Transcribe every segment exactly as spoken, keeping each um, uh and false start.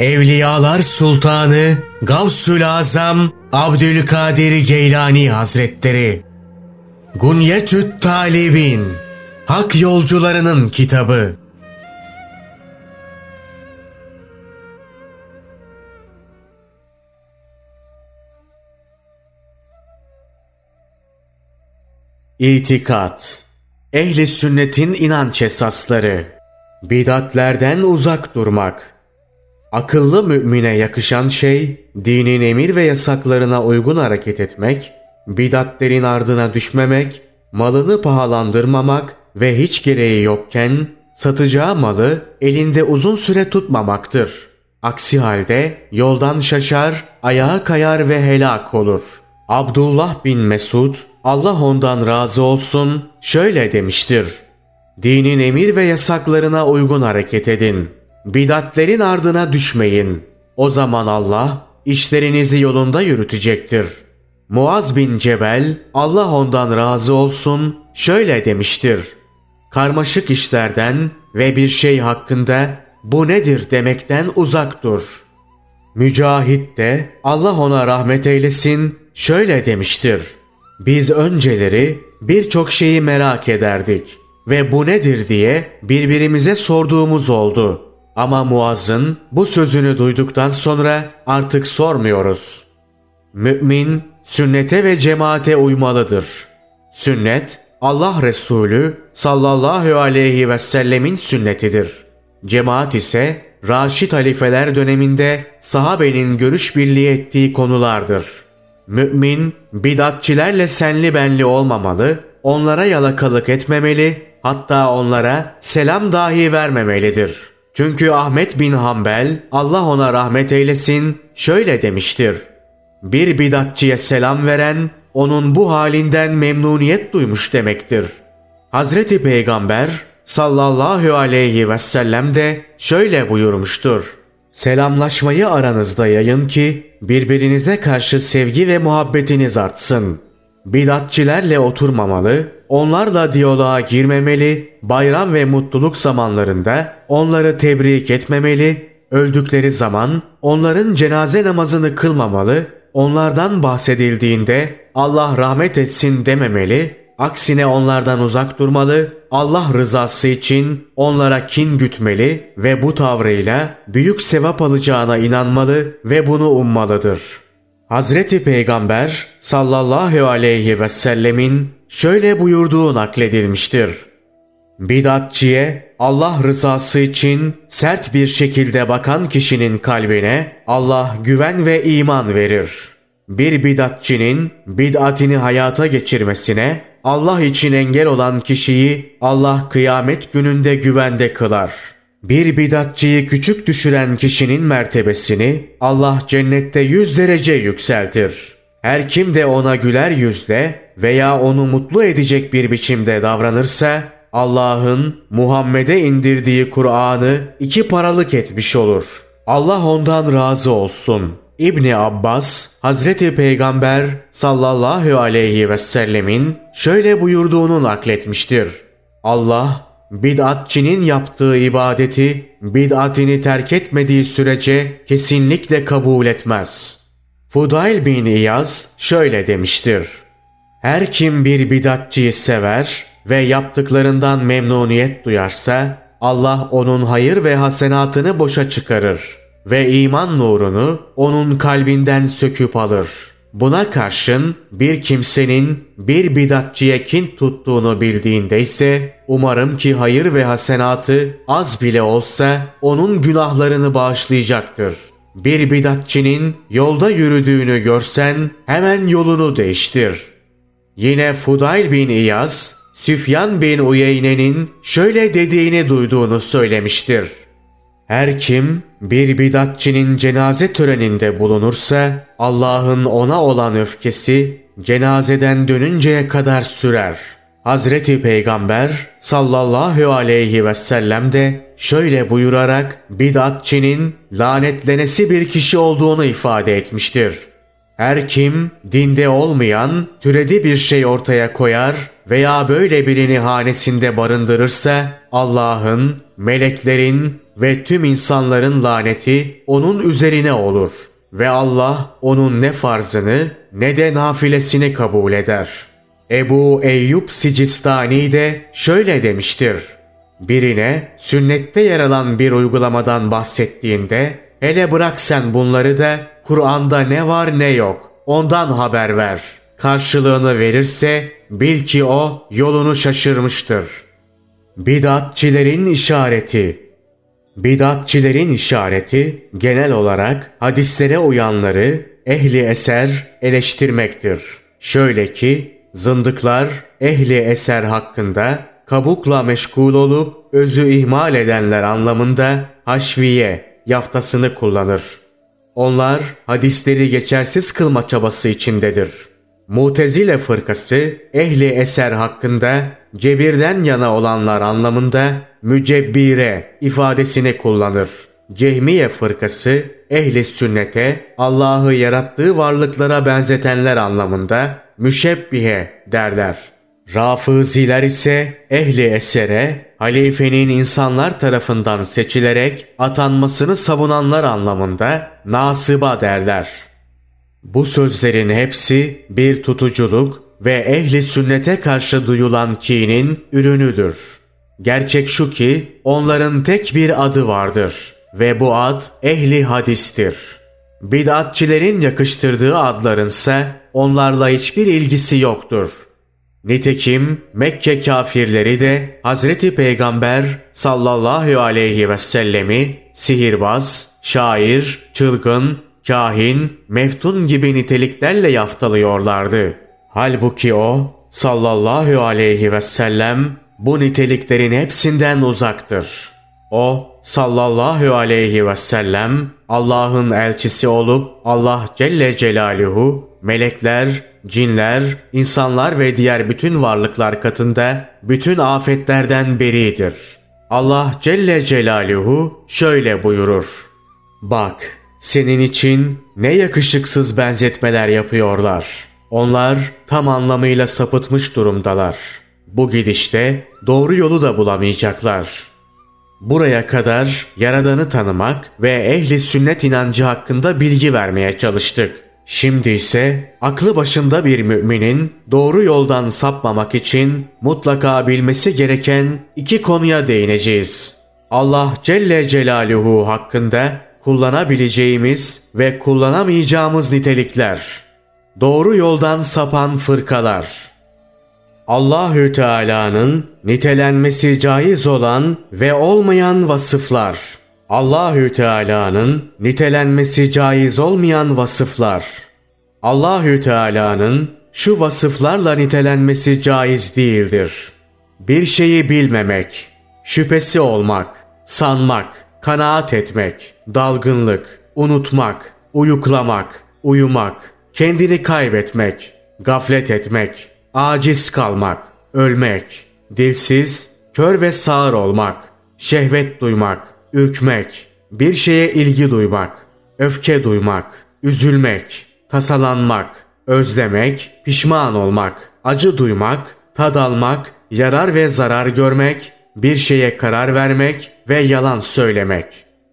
Evliyalar Sultanı Gavsül Azam Abdülkadir Geylani Hazretleri. Gunyetü't Talibin, Hak Yolcularının Kitabı. İtikat, Ehli sünnetin inanç esasları. Bidatlerden uzak durmak. Akıllı mümine yakışan şey, dinin emir ve yasaklarına uygun hareket etmek, bidatlerin ardına düşmemek, malını pahalandırmamak ve hiç gereği yokken satacağı malı elinde uzun süre tutmamaktır. Aksi halde yoldan şaşar, ayağa kayar ve helak olur. Abdullah bin Mesud, Allah ondan razı olsun, şöyle demiştir: Dinin emir ve yasaklarına uygun hareket edin. Bidatlerin ardına düşmeyin. O zaman Allah işlerinizi yolunda yürütecektir. Muaz bin Cebel, Allah ondan razı olsun, şöyle demiştir: Karmaşık işlerden ve bir şey hakkında bu nedir demekten uzak dur. Mücahit de, Allah ona rahmet eylesin, şöyle demiştir: Biz önceleri birçok şeyi merak ederdik ve bu nedir diye birbirimize sorduğumuz oldu. Ama Muaz'ın bu sözünü duyduktan sonra artık sormuyoruz. Mümin, sünnete ve cemaate uymalıdır. Sünnet, Allah Resulü sallallahu aleyhi ve sellemin sünnetidir. Cemaat ise Raşid halifeler döneminde sahabenin görüş birliği ettiği konulardır. Mümin, bidatçilerle senli benli olmamalı, onlara yalakalık etmemeli, hatta onlara selam dahi vermemelidir. Çünkü Ahmet bin Hanbel, Allah ona rahmet eylesin, şöyle demiştir: Bir bidatçıya selam veren, onun bu halinden memnuniyet duymuş demektir. Hazreti Peygamber sallallahu aleyhi ve sellem de şöyle buyurmuştur: Selamlaşmayı aranızda yayın ki birbirinize karşı sevgi ve muhabbetiniz artsın. Bidatçilerle oturmamalı, onlarla diyaloğa girmemeli, bayram ve mutluluk zamanlarında onları tebrik etmemeli, öldükleri zaman onların cenaze namazını kılmamalı, onlardan bahsedildiğinde Allah rahmet etsin dememeli, aksine onlardan uzak durmalı, Allah rızası için onlara kin gütmeli ve bu tavrıyla büyük sevap alacağına inanmalı ve bunu ummalıdır. Hazreti Peygamber sallallahu aleyhi ve sellemin şöyle buyurduğu nakledilmiştir: Bidatçiye Allah rızası için sert bir şekilde bakan kişinin kalbine Allah güven ve iman verir. Bir bidatçinin bid'atini hayata geçirmesine Allah için engel olan kişiyi Allah kıyamet gününde güvende kılar. Bir bidatçıyı küçük düşüren kişinin mertebesini Allah cennette yüz derece yükseltir. Her kim de ona güler yüzle veya onu mutlu edecek bir biçimde davranırsa Allah'ın Muhammed'e indirdiği Kur'an'ı iki paralık etmiş olur. Allah ondan razı olsun. İbni Abbas, Hazreti Peygamber sallallahu aleyhi ve sellemin şöyle buyurduğunu nakletmiştir: Allah, bid'atçinin yaptığı ibadeti bid'atini terk etmediği sürece kesinlikle kabul etmez. Fudayl bin İyaz şöyle demiştir: Her kim bir bid'atçıyı sever ve yaptıklarından memnuniyet duyarsa Allah onun hayır ve hasenatını boşa çıkarır ve iman nurunu onun kalbinden söküp alır. Buna karşın bir kimsenin bir bidatçıya kin tuttuğunu bildiğinde ise umarım ki hayır ve hasenatı az bile olsa onun günahlarını bağışlayacaktır. Bir bidatçının yolda yürüdüğünü görsen hemen yolunu değiştir. Yine Fudayl bin İyaz, Süfyan bin Uyeyne'nin şöyle dediğini duyduğunu söylemiştir: Her kim bir bidatçının cenaze töreninde bulunursa Allah'ın ona olan öfkesi cenazeden dönünceye kadar sürer. Hazreti Peygamber sallallahu aleyhi ve sellem de şöyle buyurarak bid'atçinin lanetlenesi bir kişi olduğunu ifade etmiştir: Her kim dinde olmayan türedi bir şey ortaya koyar veya böyle birini hanesinde barındırırsa Allah'ın, meleklerin, ve tüm insanların laneti onun üzerine olur. Ve Allah onun ne farzını ne de nafilesini kabul eder. Ebu Eyyub Sicistani de şöyle demiştir: birine sünnette yer alan bir uygulamadan bahsettiğinde, hele bırak sen bunları da Kur'an'da ne var ne yok ondan haber ver. Karşılığını verirse bil ki o yolunu şaşırmıştır. Bidatçilerin işareti. Bidatçilerin işareti genel olarak hadislere uyanları ehli eser eleştirmektir. Şöyle ki zındıklar ehli eser hakkında kabukla meşgul olup özü ihmal edenler anlamında haşviye yaftasını kullanır. Onlar hadisleri geçersiz kılma çabası içindedir. Mutezile fırkası ehli eser hakkında cebirden yana olanlar anlamında mücebbire ifadesini kullanır. Cehmiye fırkası ehli sünnete Allah'ı yarattığı varlıklara benzetenler anlamında müşebbihe derler. Rafıziler ise ehli esere halifenin insanlar tarafından seçilerek atanmasını savunanlar anlamında nasıba derler. Bu sözlerin hepsi bir tutuculuk ve ehli sünnete karşı duyulan kinin ürünüdür. Gerçek şu ki onların tek bir adı vardır ve bu ad ehli hadistir. Bid'atçilerin yakıştırdığı adlarınsa onlarla hiçbir ilgisi yoktur. Nitekim Mekke kafirleri de Hazreti Peygamber sallallahu aleyhi ve sellemi sihirbaz, şair, çılgın, kahin, meftun gibi niteliklerle yaftalıyorlardı. Halbuki o sallallahu aleyhi ve sellem bu niteliklerin hepsinden uzaktır. O sallallahu aleyhi ve sellem Allah'ın elçisi olup Allah Celle Celaluhu melekler, cinler, insanlar ve diğer bütün varlıklar katında bütün afetlerden beridir. Allah Celle Celaluhu şöyle buyurur: bak, senin için ne yakışıksız benzetmeler yapıyorlar. Onlar tam anlamıyla sapıtmış durumdalar. Bu gidişte doğru yolu da bulamayacaklar. Buraya kadar Yaradan'ı tanımak ve ehli sünnet inancı hakkında bilgi vermeye çalıştık. Şimdi ise aklı başında bir müminin doğru yoldan sapmamak için mutlaka bilmesi gereken iki konuya değineceğiz. Allah Celle Celaluhu hakkında kullanabileceğimiz ve kullanamayacağımız nitelikler. Doğru yoldan sapan fırkalar. Allahü Teala'nın nitelenmesi caiz olan ve olmayan vasıflar. Allahü Teala'nın nitelenmesi caiz olmayan vasıflar. Allahü Teala'nın şu vasıflarla nitelenmesi caiz değildir: bir şeyi bilmemek, şüphesi olmak, sanmak, kanaat etmek, dalgınlık, unutmak, uyuklamak, uyumak, kendini kaybetmek, gaflet etmek, aciz kalmak, ölmek, dilsiz, kör ve sağır olmak, şehvet duymak, ürkmek, bir şeye ilgi duymak, öfke duymak, üzülmek, tasalanmak, özlemek, pişman olmak, acı duymak, tad almak, yarar ve zarar görmek, bir şeye karar vermek ve yalan söylemek.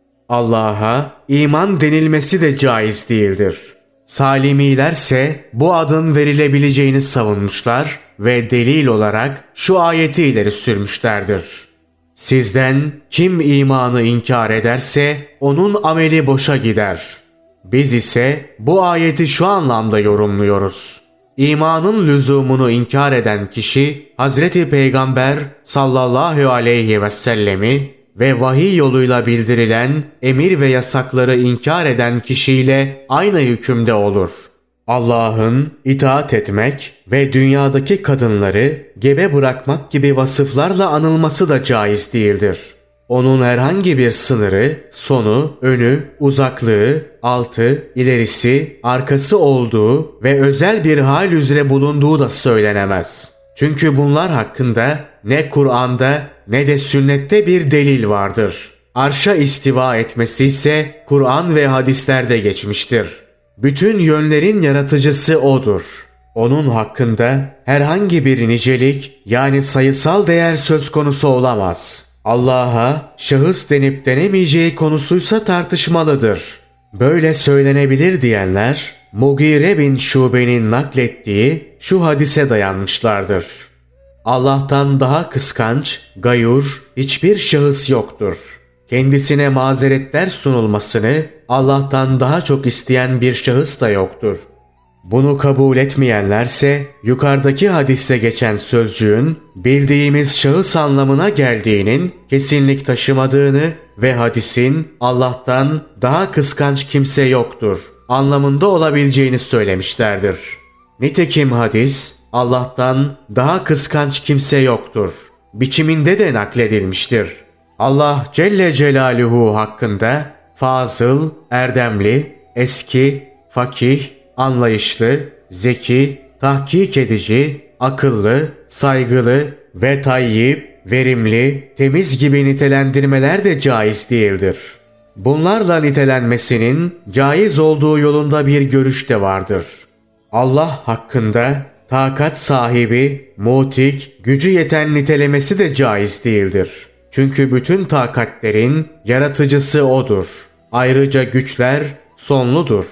Allah'a iman denilmesi de caiz değildir. Salimilerse bu adın verilebileceğini savunmuşlar ve delil olarak şu ayeti ileri sürmüşlerdir: sizden kim imanı inkar ederse onun ameli boşa gider. Biz ise bu ayeti şu anlamda yorumluyoruz: İmanın lüzumunu inkar eden kişi Hazreti Peygamber sallallahu aleyhi ve sellemi ve vahiy yoluyla bildirilen emir ve yasakları inkar eden kişiyle aynı hükümde olur. Allah'ın itaat etmek ve dünyadaki kadınları gebe bırakmak gibi vasıflarla anılması da caiz değildir. Onun herhangi bir sınırı, sonu, önü, uzaklığı, altı, ilerisi, arkası olduğu ve özel bir hal üzere bulunduğu da söylenemez. Çünkü bunlar hakkında ne Kur'an'da ne de sünnette bir delil vardır. Arşa istiva etmesi ise Kur'an ve hadislerde geçmiştir. Bütün yönlerin yaratıcısı O'dur. Onun hakkında herhangi bir nicelik yani sayısal değer söz konusu olamaz. Allah'a şahıs denip denemeyeceği konusuysa tartışmalıdır. Böyle söylenebilir diyenler, Mugire bin Şube'nin naklettiği şu hadise dayanmışlardır. Allah'tan daha kıskanç, gayur hiçbir şahıs yoktur. Kendisine mazeretler sunulmasını Allah'tan daha çok isteyen bir şahıs da yoktur. Bunu kabul etmeyenlerse yukarıdaki hadiste geçen sözcüğün bildiğimiz şahıs anlamına geldiğinin kesinlik taşımadığını ve hadisin Allah'tan daha kıskanç kimse yoktur anlamında olabileceğini söylemişlerdir. Nitekim hadis Allah'tan daha kıskanç kimse yoktur biçiminde de nakledilmiştir. Allah Celle Celaluhu hakkında fazıl, erdemli, eski, fakih, anlayışlı, zeki, tahkik edici, akıllı, saygılı ve tayyip, verimli, temiz gibi nitelendirmeler de caiz değildir. Bunlarla nitelenmesinin caiz olduğu yolunda bir görüş de vardır. Allah hakkında takat sahibi, mutik, gücü yeten nitelemesi de caiz değildir. Çünkü bütün takatlerin yaratıcısı O'dur. Ayrıca güçler sonludur.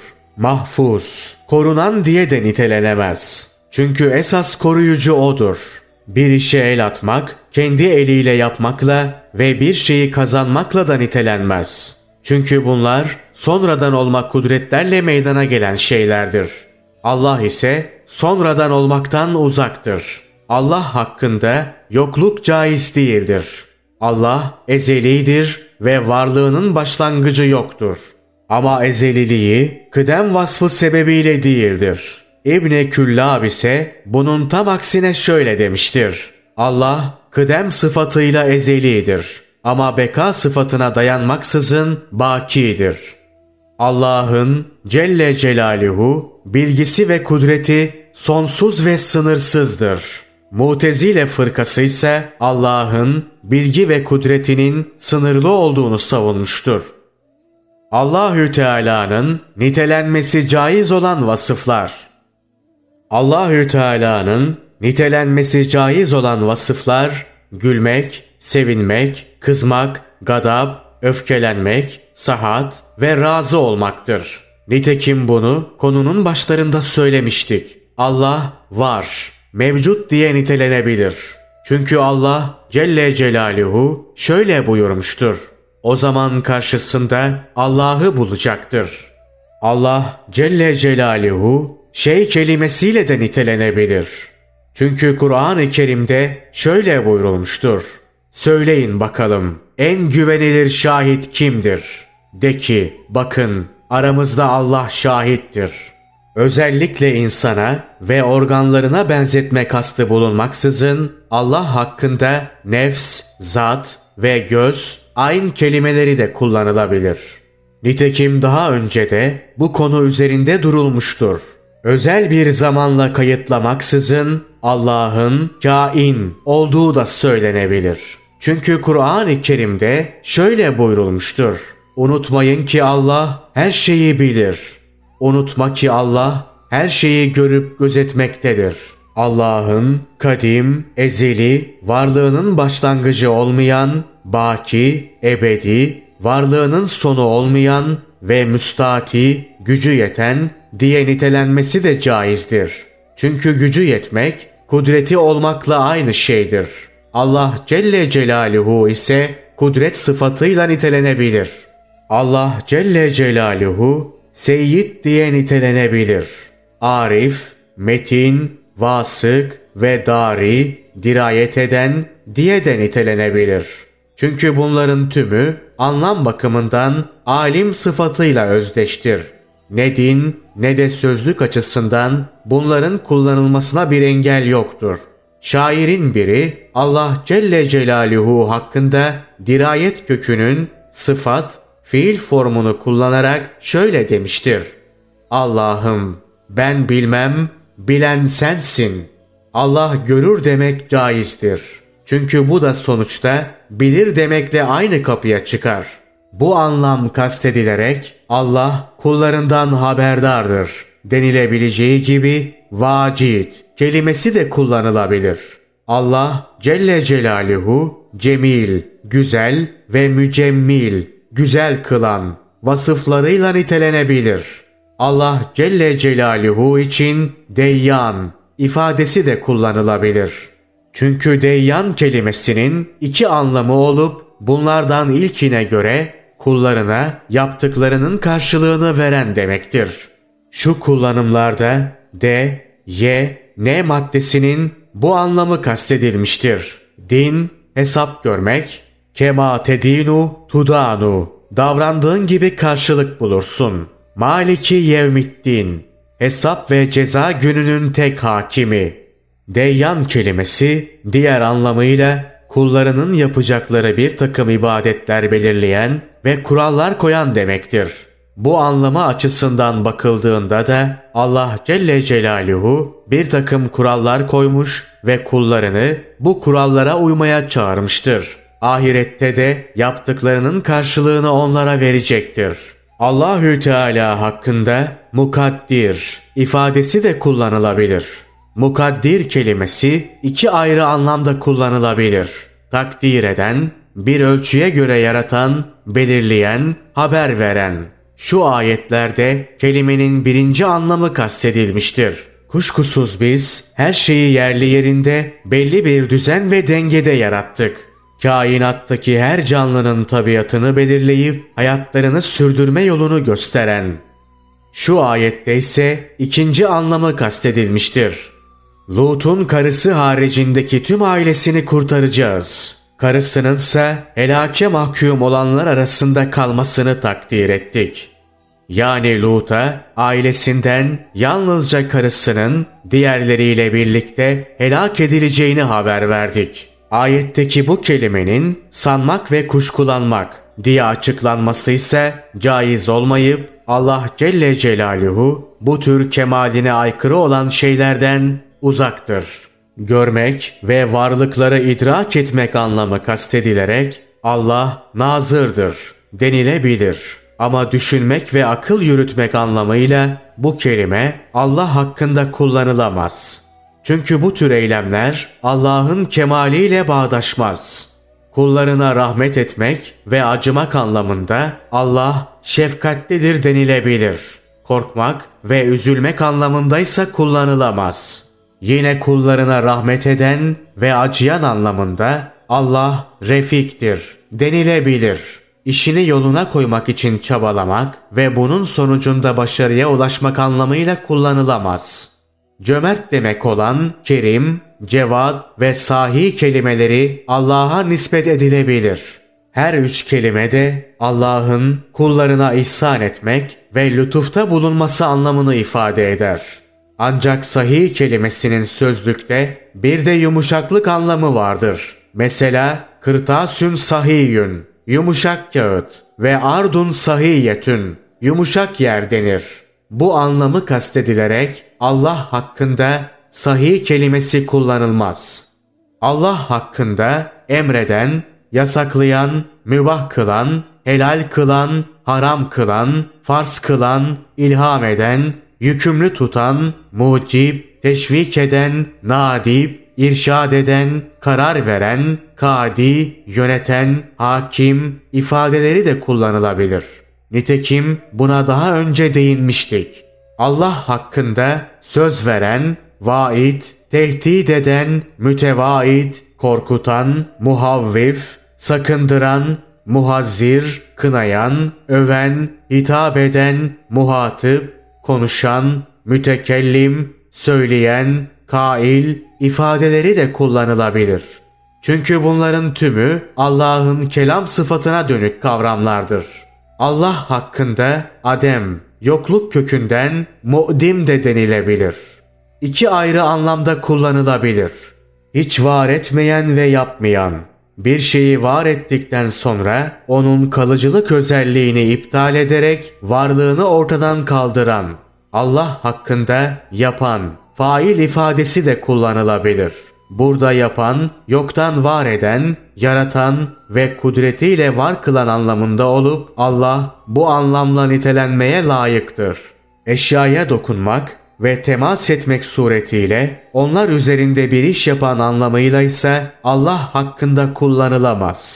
Mahfuz, korunan diye de nitelenemez. Çünkü esas koruyucu O'dur. Bir işe el atmak, kendi eliyle yapmakla ve bir şeyi kazanmakla da nitelenmez. Çünkü bunlar sonradan olma kudretlerle meydana gelen şeylerdir. Allah ise sonradan olmaktan uzaktır. Allah hakkında yokluk caiz değildir. Allah ezelidir ve varlığının başlangıcı yoktur. Ama ezeliliği kıdem vasfı sebebiyle değildir. İbn-i Küllab ise bunun tam aksine şöyle demiştir. Allah kıdem sıfatıyla ezelidir ama beka sıfatına dayanmaksızın bakidir. Allah'ın Celle Celaluhu bilgisi ve kudreti sonsuz ve sınırsızdır. Mutezile fırkası ise Allah'ın bilgi ve kudretinin sınırlı olduğunu savunmuştur. Allahü Teala'nın nitelenmesi caiz olan vasıflar. Allahü Teala'nın nitelenmesi caiz olan vasıflar gülmek, sevinmek, kızmak, gadab, öfkelenmek, sahat ve razı olmaktır. Nitekim bunu konunun başlarında söylemiştik. Allah var, mevcut diye nitelenebilir. Çünkü Allah Celle Celaluhu şöyle buyurmuştur. O zaman karşısında Allah'ı bulacaktır. Allah Celle Celaluhu şey kelimesiyle de nitelenebilir. Çünkü Kur'an-ı Kerim'de şöyle buyurulmuştur. Söyleyin bakalım en güvenilir şahit kimdir? De ki bakın aramızda Allah şahittir. Özellikle insana ve organlarına benzetme kastı bulunmaksızın Allah hakkında nefs, zat ve göz, ayn kelimeleri de kullanılabilir. Nitekim daha önce de bu konu üzerinde durulmuştur. Özel bir zamanla kayıtlamaksızın Allah'ın kain olduğu da söylenebilir. Çünkü Kur'an-ı Kerim'de şöyle buyurulmuştur. Unutmayın ki Allah her şeyi bilir. Unutma ki Allah her şeyi görüp gözetmektedir. Allah'ın kadim, ezeli, varlığının başlangıcı olmayan, baki, ebedi, varlığının sonu olmayan ve müstati, gücü yeten diye nitelenmesi de caizdir. Çünkü gücü yetmek, kudreti olmakla aynı şeydir. Allah Celle Celaluhu ise kudret sıfatıyla nitelenebilir. Allah Celle Celaluhu Seyyid diye nitelenebilir. Arif, metin, vasık ve dari, dirayet eden diye de nitelenebilir. Çünkü bunların tümü anlam bakımından alim sıfatıyla özdeştir. Ne din ne de sözlük açısından bunların kullanılmasına bir engel yoktur. Şairin biri Allah Celle Celaluhu hakkında dirayet kökünün sıfat, fiil formunu kullanarak şöyle demiştir. Allah'ım ben bilmem, bilen sensin. Allah görür demek caizdir. Çünkü bu da sonuçta bilir demekle aynı kapıya çıkar. Bu anlam kastedilerek Allah kullarından haberdardır denilebileceği gibi vacid kelimesi de kullanılabilir. Allah Celle Celaluhu cemil, güzel ve mücemmil, güzel kılan vasıflarıyla nitelenebilir. Allah Celle Celaluhu için Deyyan ifadesi de kullanılabilir. Çünkü Deyyan kelimesinin iki anlamı olup bunlardan ilkine göre kullarına yaptıklarının karşılığını veren demektir. Şu kullanımlarda D, Y, N maddesinin bu anlamı kastedilmiştir. Din, hesap görmek, kema tedinu tudanu, davrandığın gibi karşılık bulursun. Maliki yevmiddin, hesap ve ceza gününün tek hakimi. Deyyan kelimesi diğer anlamıyla kullarının yapacakları bir takım ibadetler belirleyen ve kurallar koyan demektir. Bu anlamı açısından bakıldığında da Allah Celle Celaluhu bir takım kurallar koymuş ve kullarını bu kurallara uymaya çağırmıştır. Ahirette de yaptıklarının karşılığını onlara verecektir. Allahü Teala hakkında mukaddir ifadesi de kullanılabilir. Mukaddir kelimesi iki ayrı anlamda kullanılabilir. Takdir eden, bir ölçüye göre yaratan, belirleyen, haber veren. Şu ayetlerde kelimenin birinci anlamı kastedilmiştir. Kuşkusuz biz her şeyi yerli yerinde belli bir düzen ve dengede yarattık. Kainattaki her canlının tabiatını belirleyip hayatlarını sürdürme yolunu gösteren. Şu ayette ise ikinci anlamı kastedilmiştir. Lut'un karısı haricindeki tüm ailesini kurtaracağız. Karısınınsa helake mahkum olanlar arasında kalmasını takdir ettik. Yani Lut'a ailesinden yalnızca karısının diğerleriyle birlikte helak edileceğini haber verdik. Ayetteki bu kelimenin sanmak ve kuşkulanmak diye açıklanması ise caiz olmayıp Allah Celle Celaluhu bu tür kemaline aykırı olan şeylerden uzaktır. Görmek ve varlıkları idrak etmek anlamı kastedilerek Allah nazırdır denilebilir. Ama düşünmek ve akıl yürütmek anlamıyla bu kelime Allah hakkında kullanılamaz. Çünkü bu tür eylemler Allah'ın kemaliyle bağdaşmaz. Kullarına rahmet etmek ve acımak anlamında Allah şefkatlidir denilebilir. Korkmak ve üzülmek anlamındaysa kullanılamaz. Yine kullarına rahmet eden ve acıyan anlamında Allah refiktir denilebilir. İşini yoluna koymak için çabalamak ve bunun sonucunda başarıya ulaşmak anlamıyla kullanılamaz. Cömert demek olan kerim, cevad ve sahi kelimeleri Allah'a nispet edilebilir. Her üç kelime de Allah'ın kullarına ihsan etmek ve lütufta bulunması anlamını ifade eder. Ancak sahih kelimesinin sözlükte bir de yumuşaklık anlamı vardır. Mesela kırtasün sahiyyün, yumuşak kağıt ve ardun sahiyyetün, yumuşak yer denir. Bu anlamı kastedilerek Allah hakkında sahih kelimesi kullanılmaz. Allah hakkında emreden, yasaklayan, mübah kılan, helal kılan, haram kılan, farz kılan, ilham eden, yükümlü tutan, mucib, teşvik eden, nadip, irşad eden, karar veren, kadi, yöneten, hakim ifadeleri de kullanılabilir. Nitekim buna daha önce değinmiştik. Allah hakkında söz veren, vaid, tehdit eden, mütevaid, korkutan, muhavvif, sakındıran, muhazzir, kınayan, öven, hitap eden, muhatip, konuşan, mütekellim, söyleyen, kail ifadeleri de kullanılabilir. Çünkü bunların tümü Allah'ın kelam sıfatına dönük kavramlardır. Allah hakkında adem, yokluk kökünden mu'dim de denilebilir. İki ayrı anlamda kullanılabilir. Hiç var etmeyen ve yapmayan, bir şeyi var ettikten sonra onun kalıcılık özelliğini iptal ederek varlığını ortadan kaldıran, Allah hakkında yapan, fail ifadesi de kullanılabilir. Burada yapan, yoktan var eden, yaratan ve kudretiyle var kılan anlamında olup Allah bu anlamla nitelenmeye layıktır. Eşyaya dokunmak ve temas etmek suretiyle onlar üzerinde bir iş yapan anlamıyla ise Allah hakkında kullanılamaz.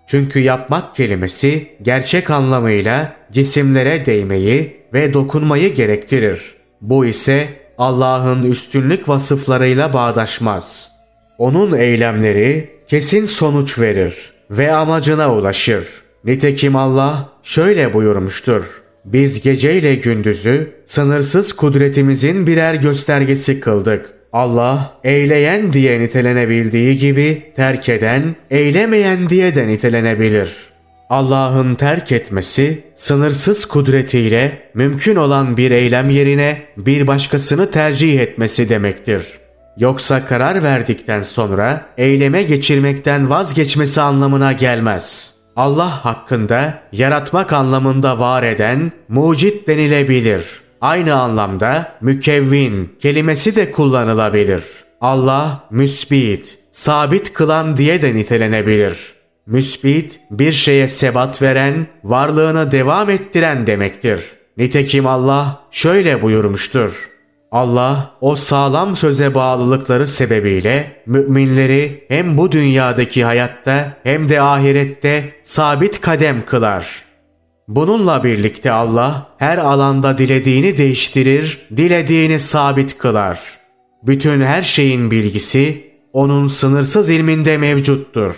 Çünkü yapmak kelimesi gerçek anlamıyla cisimlere değmeyi ve dokunmayı gerektirir. Bu ise Allah'ın üstünlük vasıflarıyla bağdaşmaz. Onun eylemleri kesin sonuç verir ve amacına ulaşır. Nitekim Allah şöyle buyurmuştur: Biz geceyle gündüzü sınırsız kudretimizin birer göstergesi kıldık. Allah eyleyen diye nitelenebildiği gibi terk eden, eylemeyen diye de nitelenebilir. Allah'ın terk etmesi, sınırsız kudretiyle mümkün olan bir eylem yerine bir başkasını tercih etmesi demektir. Yoksa karar verdikten sonra eyleme geçirmekten vazgeçmesi anlamına gelmez. Allah hakkında yaratmak anlamında var eden mucit denilebilir. Aynı anlamda mükevvin kelimesi de kullanılabilir. Allah müsbit, sabit kılan diye de nitelenebilir. Müsbit, bir şeye sebat veren, varlığını devam ettiren demektir. Nitekim Allah şöyle buyurmuştur: Allah o sağlam söze bağlılıkları sebebiyle müminleri hem bu dünyadaki hayatta hem de ahirette sabit kadem kılar. Bununla birlikte Allah her alanda dilediğini değiştirir, dilediğini sabit kılar. Bütün her şeyin bilgisi onun sınırsız ilminde mevcuttur.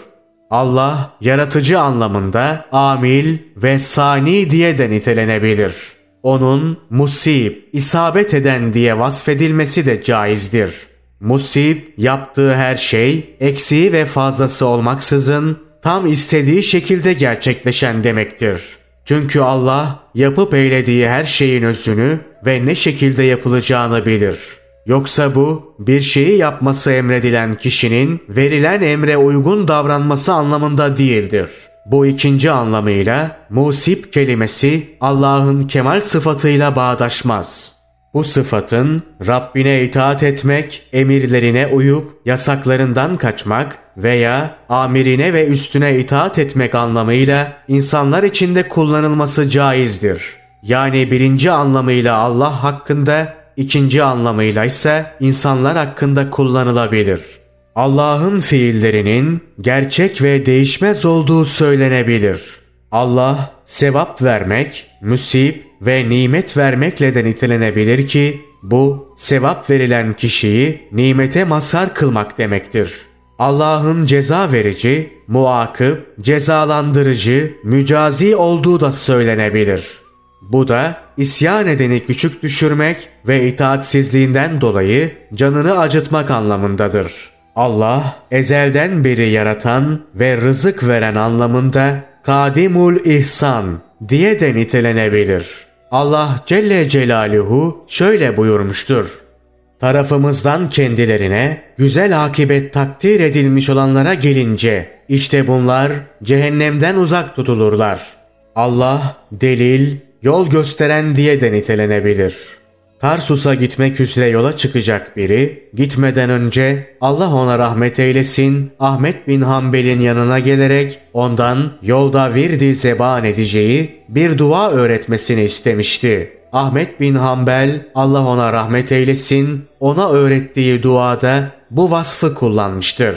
Allah yaratıcı anlamında amil ve sani diye de nitelenebilir. Onun musib, isabet eden diye vasfedilmesi de caizdir. Musib, yaptığı her şey eksiği ve fazlası olmaksızın tam istediği şekilde gerçekleşen demektir. Çünkü Allah yapıp eylediği her şeyin özünü ve ne şekilde yapılacağını bilir. Yoksa bu bir şeyi yapması emredilen kişinin verilen emre uygun davranması anlamında değildir. Bu ikinci anlamıyla musib kelimesi Allah'ın kemal sıfatıyla bağdaşmaz. Bu sıfatın Rabbine itaat etmek, emirlerine uyup yasaklarından kaçmak veya amirine ve üstüne itaat etmek anlamıyla insanlar içinde kullanılması caizdir. Yani birinci anlamıyla Allah hakkında, ikinci anlamıyla ise insanlar hakkında kullanılabilir. Allah'ın fiillerinin gerçek ve değişmez olduğu söylenebilir. Allah sevap vermek, müsib ve nimet vermekle de nitelenebilir ki bu sevap verilen kişiyi nimete mazhar kılmak demektir. Allah'ın ceza verici, muakıp, cezalandırıcı, mücazi olduğu da söylenebilir. Bu da isyan edeni küçük düşürmek ve itaatsizliğinden dolayı canını acıtmak anlamındadır. Allah ezelden beri yaratan ve rızık veren anlamında kadimul ihsan diye de nitelenebilir. Allah Celle Celaluhu şöyle buyurmuştur: Tarafımızdan kendilerine güzel akibet takdir edilmiş olanlara gelince işte bunlar cehennemden uzak tutulurlar. Allah delil, yol gösteren diye de nitelenebilir. Tarsus'a gitmek üzere yola çıkacak biri, gitmeden önce Allah ona rahmet eylesin, Ahmet bin Hanbel'in yanına gelerek ondan yolda virdi zeban edeceği bir dua öğretmesini istemişti. Ahmet bin Hanbel, Allah ona rahmet eylesin, ona öğrettiği duada bu vasfı kullanmıştır: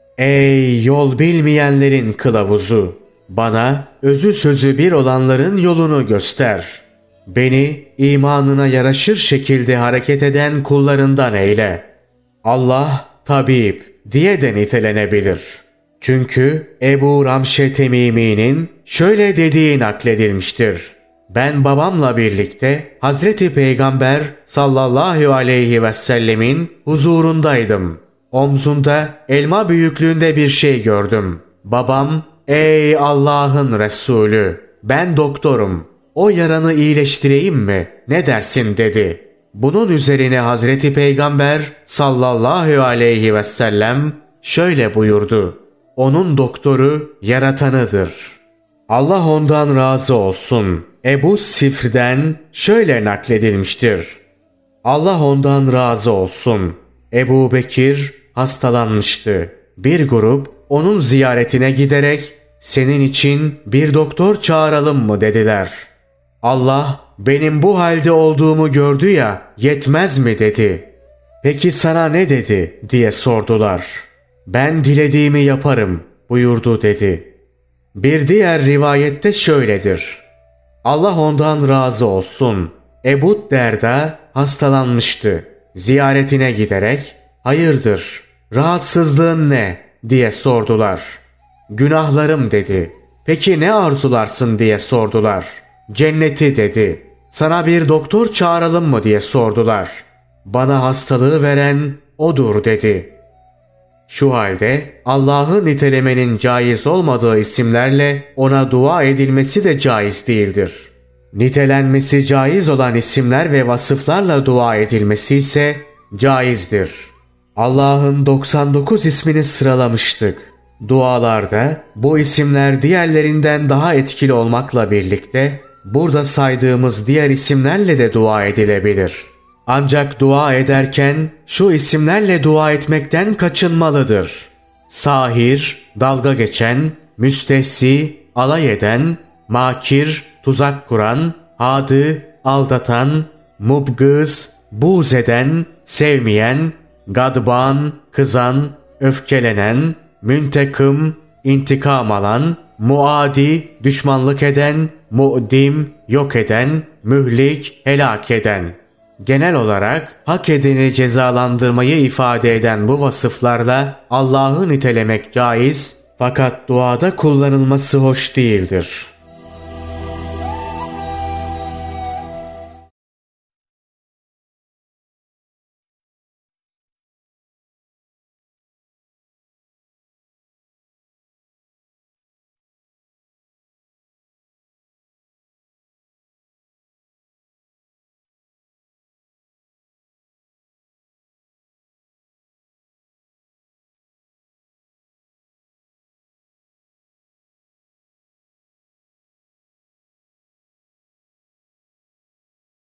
Ey yol bilmeyenlerin kılavuzu! Bana özü sözü bir olanların yolunu göster. Beni imanına yaraşır şekilde hareket eden kullarından eyle. Allah tabip diye de nitelenebilir. Çünkü Ebu Ramşe Temimi'nin şöyle dediği nakledilmiştir: Ben babamla birlikte Hazreti Peygamber sallallahu aleyhi ve sellemin huzurundaydım. Omzunda elma büyüklüğünde bir şey gördüm. Babam, ey Allah'ın Resulü, ben doktorum. O yaranı iyileştireyim mi? Ne dersin dedi. Bunun üzerine Hazreti Peygamber sallallahu aleyhi ve sellem şöyle buyurdu: Onun doktoru yaratanıdır. Allah ondan razı olsun. Ebu Sifr'den şöyle nakledilmiştir: Allah ondan razı olsun. Ebu Bekir hastalanmıştı. Bir grup onun ziyaretine giderek senin için bir doktor çağıralım mı dediler. Allah benim bu halde olduğumu gördü ya, yetmez mi dedi. Peki sana ne dedi diye sordular. Ben dilediğimi yaparım buyurdu dedi. Bir diğer rivayette şöyledir. Allah ondan razı olsun. Ebu Derda hastalanmıştı. Ziyaretine giderek hayırdır, rahatsızlığın ne diye sordular. Günahlarım dedi. Peki ne arzularsın diye sordular. Cenneti dedi. Sana bir doktor çağıralım mı diye sordular. Bana hastalığı veren odur dedi. Şu halde Allah'ı nitelemenin caiz olmadığı isimlerle ona dua edilmesi de caiz değildir. Nitelenmesi caiz olan isimler ve vasıflarla dua edilmesi ise caizdir. Allah'ın doksan dokuz ismini sıralamıştık. Dualarda bu isimler diğerlerinden daha etkili olmakla birlikte burada saydığımız diğer isimlerle de dua edilebilir. Ancak dua ederken şu isimlerle dua etmekten kaçınmalıdır. Sahir, dalga geçen, müstehsi, alay eden, makir, tuzak kuran, hadı, aldatan, mubgız, buğz eden, sevmeyen, gadban, kızan, öfkelenen, müntekım, intikam alan, muadi, düşmanlık eden, mu'dim, yok eden, mühlik, helak eden. Genel olarak hak edeni cezalandırmayı ifade eden bu vasıflarla Allah'ı nitelemek caiz, fakat duada kullanılması hoş değildir.